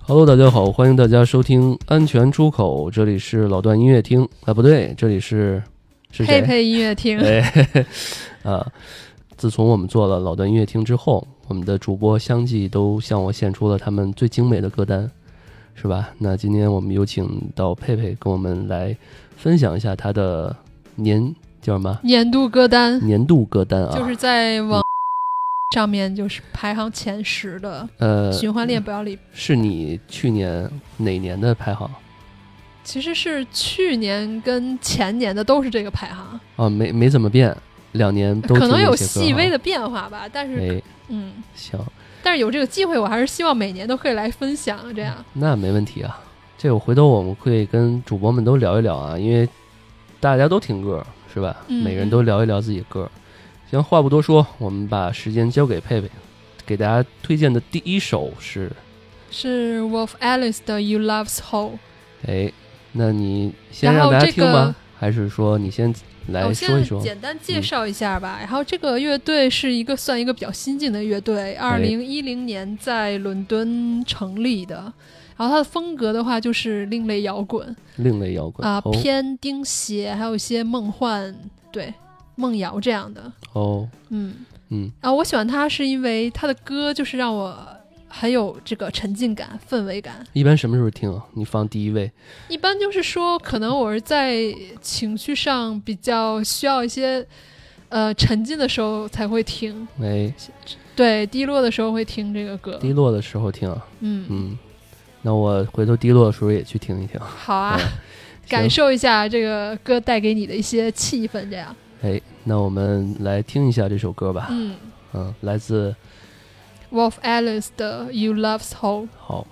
Hello， 大家好，欢迎大家收听安全出口，这里是老段音乐厅不对，这里是佩佩音乐厅。 自从我们做了老段音乐厅之后，我们的主播相继都向我献出了他们最精美的歌单，是吧？那今天我们有请到佩佩跟我们来分享一下他的叫什么？ 年度歌单啊，就是在网上面就是排行前10的循环恋不要离。 是你去年哪年的排行？ 其实是去年跟前年的都是这个排行哦，没怎么变，2年都可能有细微的变化吧，但是行。 但是有这个机会，我还是希望每年都可以来分享，这样那没问题啊。这个回头我们会跟主播们都聊一聊啊，因为大家都听歌是吧？每个人都聊一聊自己的歌。行，话不多说，我们把时间交给佩佩，给大家推荐的第一首是 Wolf Alice 的 You Love's Hole。 那你先让大家听吗？还是说你先来说一说？ 我先简单介绍一下吧。然后这个乐队是算一个比较新进的乐队，2010年在伦敦成立的。然后它的风格的话就是另类摇滚偏钉鞋，还有一些梦幻，对，梦谣这样的。然后我喜欢它是因为它的歌就是让我很有这个沉浸感、氛围感。 一般什么时候听啊？你放第一位？ 一般就是说，可能我是在情绪上比较需要一些沉浸的时候才会听。对，低落的时候会听这个歌。 低落的时候听啊？那我回头低落的时候也去听一听。 好啊，感受一下这个歌带给你的一些气氛，这样。 那我们来听一下这首歌吧。来自 Wolf Alice 的 You Love's Hole。 好。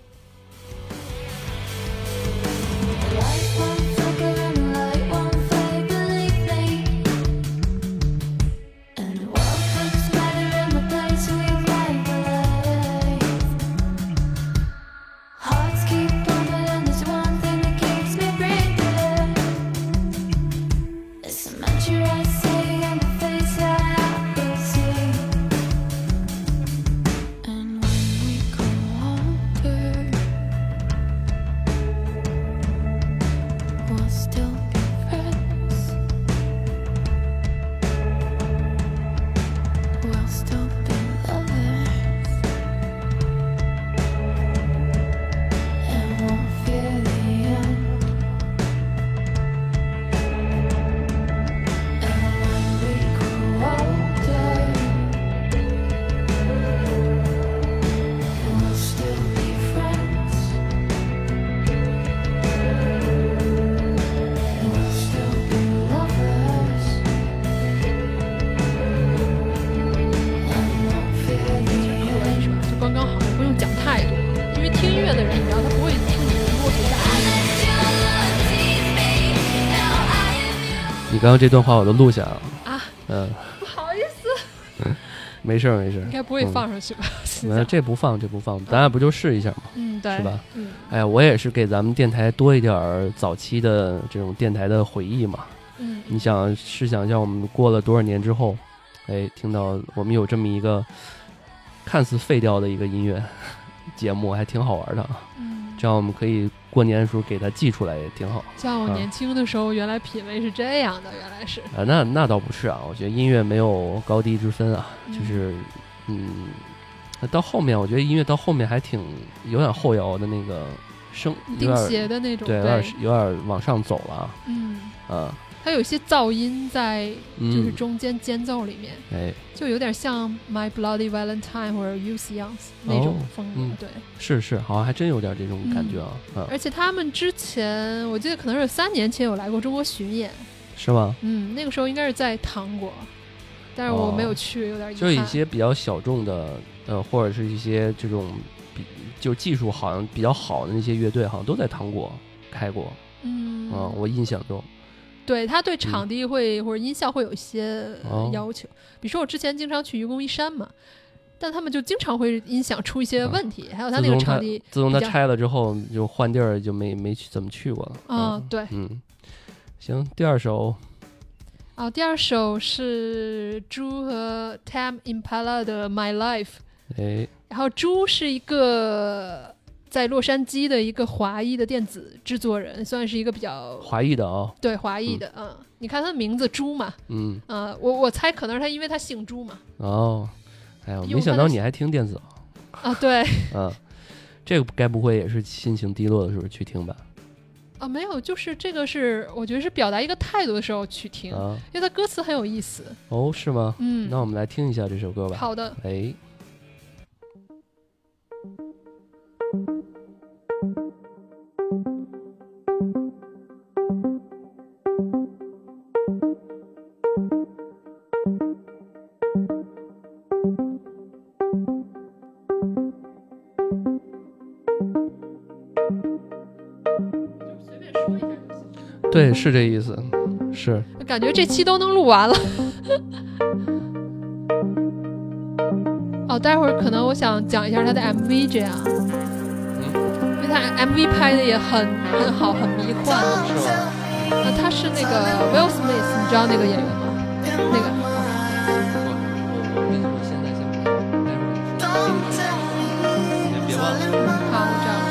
你刚刚这段话我都录下了啊。不好意思。 没事应该不会放上去吧？ 这不放，咱俩不就试一下吗？ 对， 是吧？哎呀，我也是给咱们电台多一点早期的这种电台的回忆嘛。你想试想一下，我们过了多少年之后，听到我们有这么一个看似废掉的一个音乐节目，还挺好玩的啊。这样我们可以过年的时候给它寄出来也挺好。 像我年轻的时候，原来品味是这样的，原来是那倒不是啊，我觉得音乐没有高低之分啊，就是到后面我觉得音乐到后面还有点后摇的那个钉鞋的那种， 对，有点往上走了。 它有一些噪音在就是中间间奏里面，就有点像 My Bloody Valentine 或者 Youth Young 那种风格。对， 是，好像还真有点这种感觉啊。 而且他们之前我记得可能是3年前有来过中国巡演。 是吗？ 那个时候应该是在糖果，但是我没有去，有点遗憾。 就是一些比较小众的或者是一些这种就技术好像比较好的那些乐队好像都在糖果开过。我印象中对，他对场地或者音效会有一些要求。比如说我之前经常去愚公移山嘛，但他们就经常会音响出一些问题，还有他那个场地自从他拆了之后就换地儿，就没怎么去过了。 对， 行，第二首第二首是猪和 Tame Impala 的 My Life。然后猪是一个在洛杉矶的一个华裔的电子制作人，算是一个比较华裔的哦， 对，华裔的，你看他的名字朱嘛，我猜可能是他，因为他姓朱嘛。 哦，哎呀，没想到你还听电子啊，对， 这个该不会也是心情低落的时候去听吧？ 没有，就是这个是我觉得是表达一个态度的时候去听，因为他歌词很有意思。 哦，是吗？那我们来听一下这首歌吧。 好的。 哎。对，是这意思，是。 感觉这期都能录完了。待会儿可能我想讲一下他的 MV， 这样，因为他 MV 拍的也很好，很迷幻。 是吗？ 他是那个 Will Smith， 你知道那个演员吗？那个。 我跟你说，现在想看，待会儿你别忘了。 好，我知道。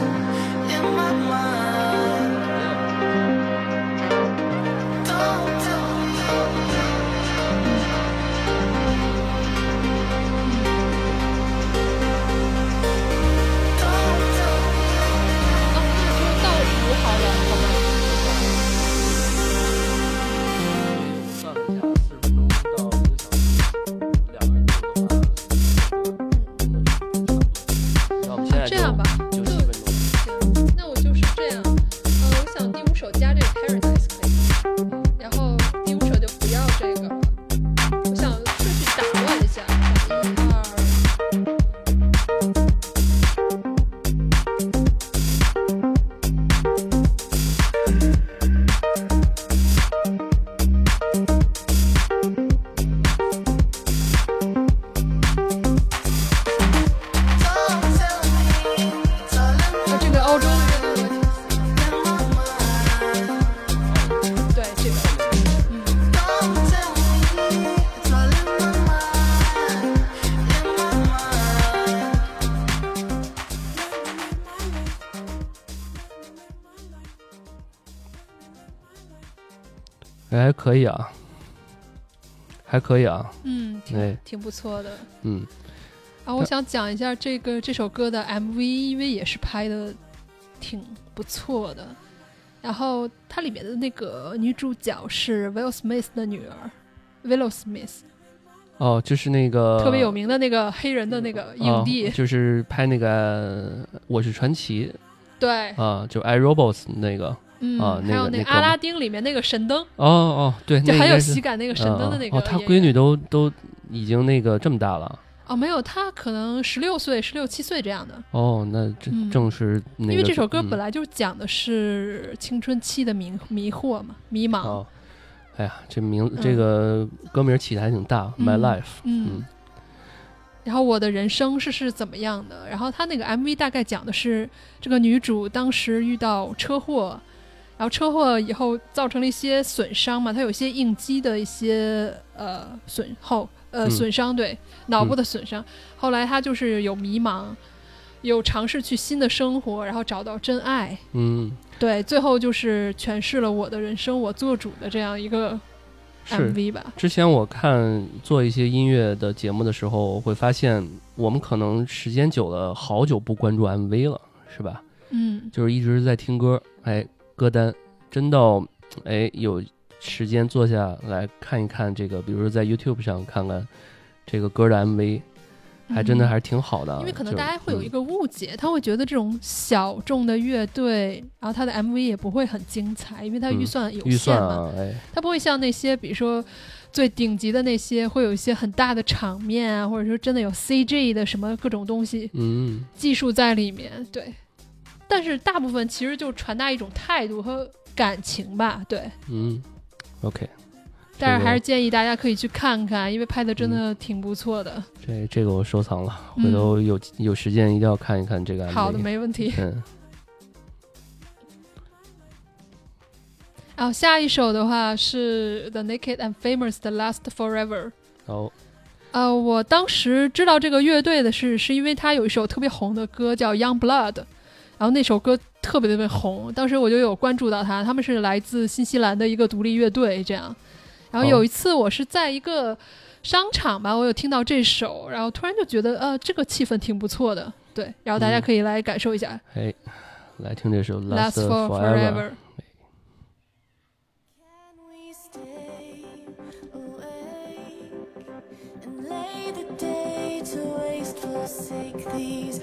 还可以啊，还可以啊， 挺不错的， 我想讲一下这首歌的 MV， 因为也是拍的挺不错的，然后它里面的那个女主角是 Will Smith 的女儿 Willow Smith， 就是那个特别有名的那个黑人的那个影帝， 就是拍那个我是传奇， 对就 iRobots 那个。 还有那个阿拉丁里面那个神灯， 对， 就很有喜感那个神灯的那个， 他闺女都已经那个这么大了， 没有，他可能16岁、16、17岁这样的。 那正是那个， 因为这首歌本来就讲的是青春期的迷惑嘛，迷茫。 哎呀，这个歌名起的还挺大，My Life， 然后我的人生是怎么样的？然后他那个 MV 大概讲的是这个女主当时遇到车祸。然后车祸以后造成了一些损伤嘛，它有一些应激的一些损伤，对，脑部的损伤。后来他就是有迷茫，有尝试去新的生活，然后找到真爱。对，最后就是诠释了我的人生我做主的这样一个 MV 吧。 之前我看做一些音乐的节目的时候，会发现我们可能时间久了，好久不关注 MV 了，是吧？就是一直在听歌，歌单真到有时间坐下来看一看这个，比如说在 YouTube 上看看这个歌的 MV，还真的还是挺好的。 因为可能大家会有一个误解，他会觉得这种小众的乐队，然后他的 MV 也不会很精彩，因为他预算有限嘛，他不会像那些比如说最顶级的那些会有一些很大的场面啊，或者说真的有 CG 的什么各种东西，技术在里面，对。但是大部分其实就传达一种态度和感情吧，对 ，OK。 但是还是建议大家可以去看看，因为拍的真的挺不错的。 这个我收藏了，回头有时间一定要看一看这个 MV。 好的，没问题。然后下一首的话是 The Naked and Famous 的 Last Forever。 我当时知道这个乐队的是因为他有一首特别红的歌叫 Young Blood， 然后那首歌特别特别红，当时我就有关注到他们是来自新西兰的一个独立乐队这样。然后有一次我是在一个商场吧，我有听到这首，然后突然就觉得这个气氛挺不错的，对，然后大家可以来感受一下。 来听这首 Last for Forever。 Forsake these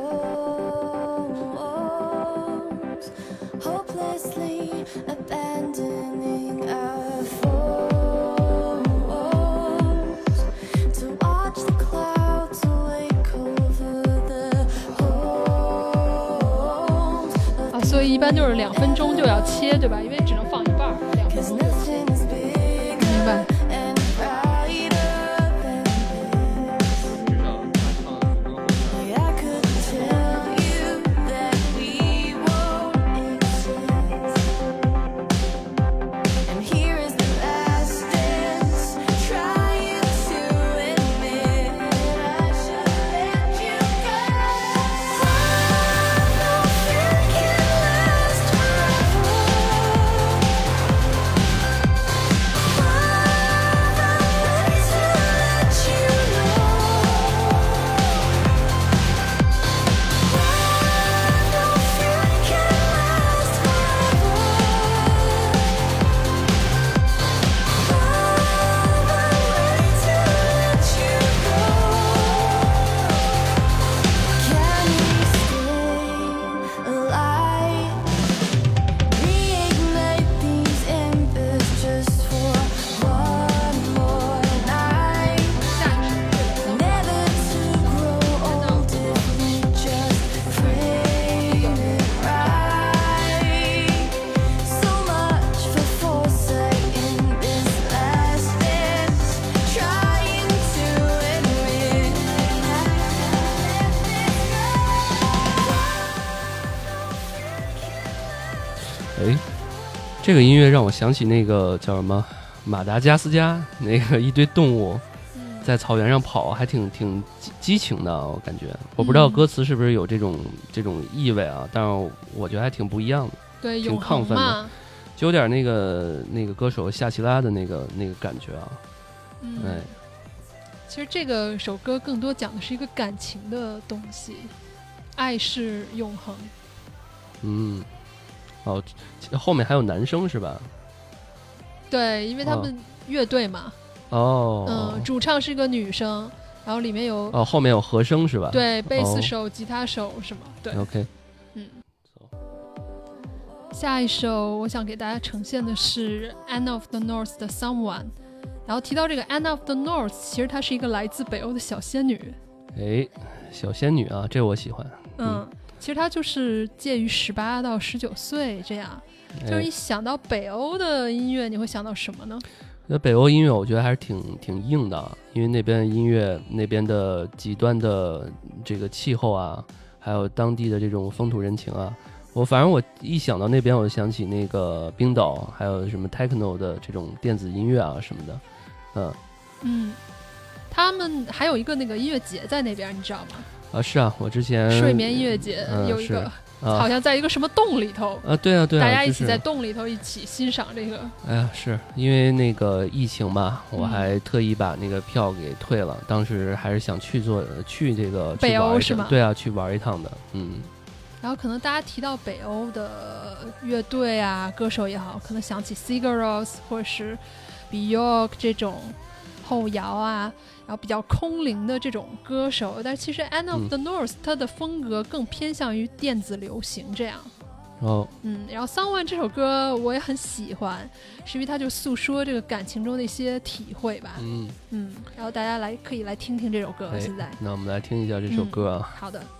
bones, hopelessly abandoning our foes, to watch the clouds awake over the homes. 所以一般就是2分钟就要切，对吧？因为只能放一半，2分钟就切。明白。 这个音乐让我想起那个叫什么马达加斯加，那个一堆动物在草原上跑，还挺激情的，我感觉。我不知道歌词是不是有这种意味啊，但是我觉得还挺不一样的， 对， 挺亢奋的，就有点那个歌手夏奇拉的那个感觉啊。 其实这个首歌更多讲的是一个感情的东西，爱是永恒。 后面还有男生是吧？ 对，因为他们乐队嘛。主唱是一个女生，然后里面有后面有和声是吧？ 对，贝斯手、吉他手什么？对 ，OK。 下一首我想给大家呈现的是 Anne of the North 的 Someone。然后提到这个 Anne of the North， 其实她是一个来自北欧的小仙女。 小仙女啊，这我喜欢。 其实她就是介于18到19岁这样。就是一想到北欧的音乐，你会想到什么呢？ 北欧音乐我觉得还是挺硬的，因为那边音乐那边的极端的这个气候啊，还有当地的这种风土人情啊，反正我一想到那边，我就想起那个冰岛，还有什么 techno 的这种电子音乐啊什么的。 他们还有一个那个音乐节在那边，你知道吗？ 是啊，我之前睡眠音乐节有一个。好像在一个什么洞里头对啊， 大家一起在洞里头一起欣赏这个。 是因为那个疫情嘛，我还特意把那个票给退了，当时还是想去这个北欧是吗？ 对啊，去玩一趟的。 然后可能大家提到北欧的乐队啊，歌手也好，可能想起 Sigur Rós 或者是 Björk 这种后摇啊，然后比较空灵的这种歌手，但是其实 Anne of the North 它的风格更偏向于电子流行这样。然后 Someone 这首歌我也很喜欢，是因为它就诉说这个感情中的一些体会吧。然后大家可以来听听这首歌。现在那我们来听一下这首歌啊。 好的。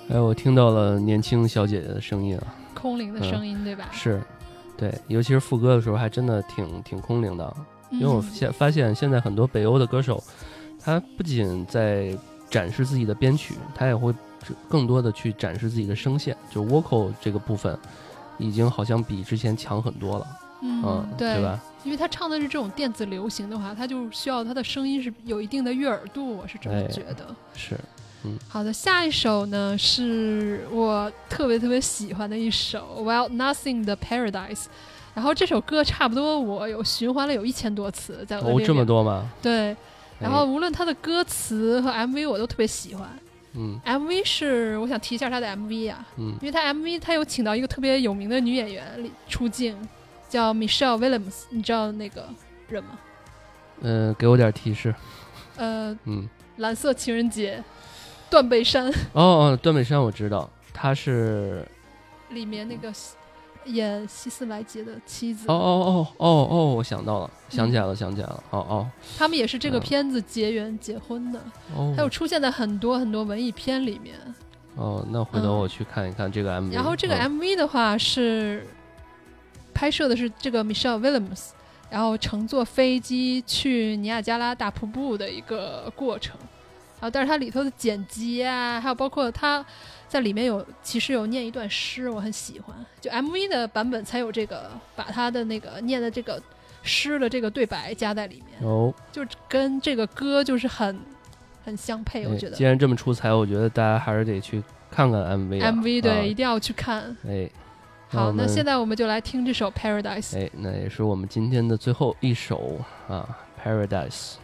哎，我听到了年轻小姐姐的声音啊， 空灵的声音，对吧？ 是，对，尤其是副歌的时候，还真的挺空灵的。因为我发现现在很多北欧的歌手，他不仅在展示自己的编曲，他也会更多的去展示自己的声线，就 vocal 这个部分，已经好像比之前强很多了。对吧？因为他唱的是这种电子流行的话，他就需要他的声音是有一定的悦耳度，我是这么觉得。 是。 好的，下一首呢是我特别喜欢的一首 Wild Nothing 的 Paradise， 然后这首歌差不多我有循环了有1000多次，在我的列表。 这么多吗？ 对，然后无论它的歌词和 MV 我都特别喜欢。MV 是我想提一下它的 MV 啊，因为它 MV 它有请到一个特别有名的女演员出镜，叫 Michelle Williams， 你知道那个人吗？ 给我点提示。 蓝色情人节。断背山断背山我知道，他是里面那个演希斯莱杰的妻子。 我想到了，想起来了。 他们也是这个片子结缘结婚的，还有出现在很多文艺片里面。 那回头我去看一看这个 MV。 然后这个 MV 的话是拍摄的是这个 Michelle Williams， 然后乘坐飞机去尼亚加拉大瀑布的一个过程。但是它里头的剪辑啊，还有包括它在里面其实有念一段诗，我很喜欢。就 MV 的版本才有这个，把它的那个念的这个诗的这个对白加在里面。就跟这个歌就是很相配，我觉得。 既然这么出彩，我觉得大家还是得去看看 MV。MV 对，一定要去看。好，那现在我们就来听这首 Paradise。 那也是我们今天的最后一首Paradise。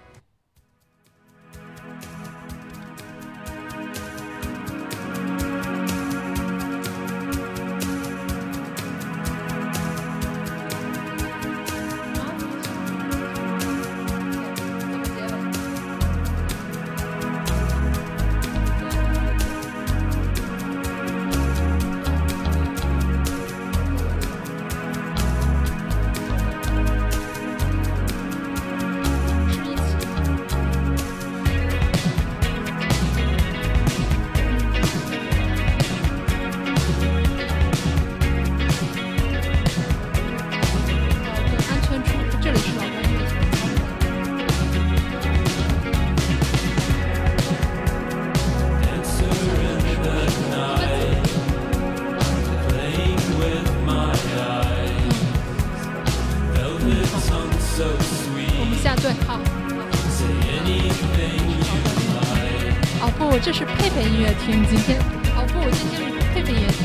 这是佩佩音乐厅，今天是佩佩音乐厅。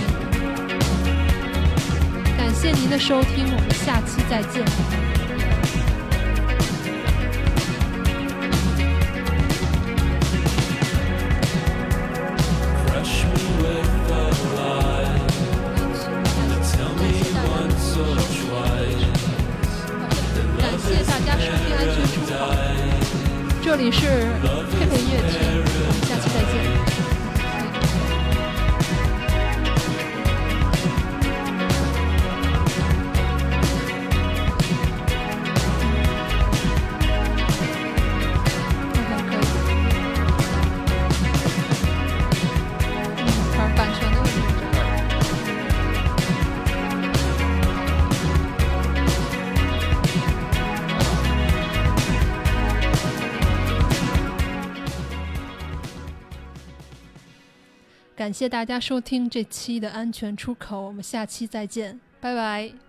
感谢您的收听，我们下期再见。感谢大家收听安全出口，这里是佩佩音乐厅。下期再见。版权的问题。感谢大家收听这期的安全出口，我们下期再见，拜拜。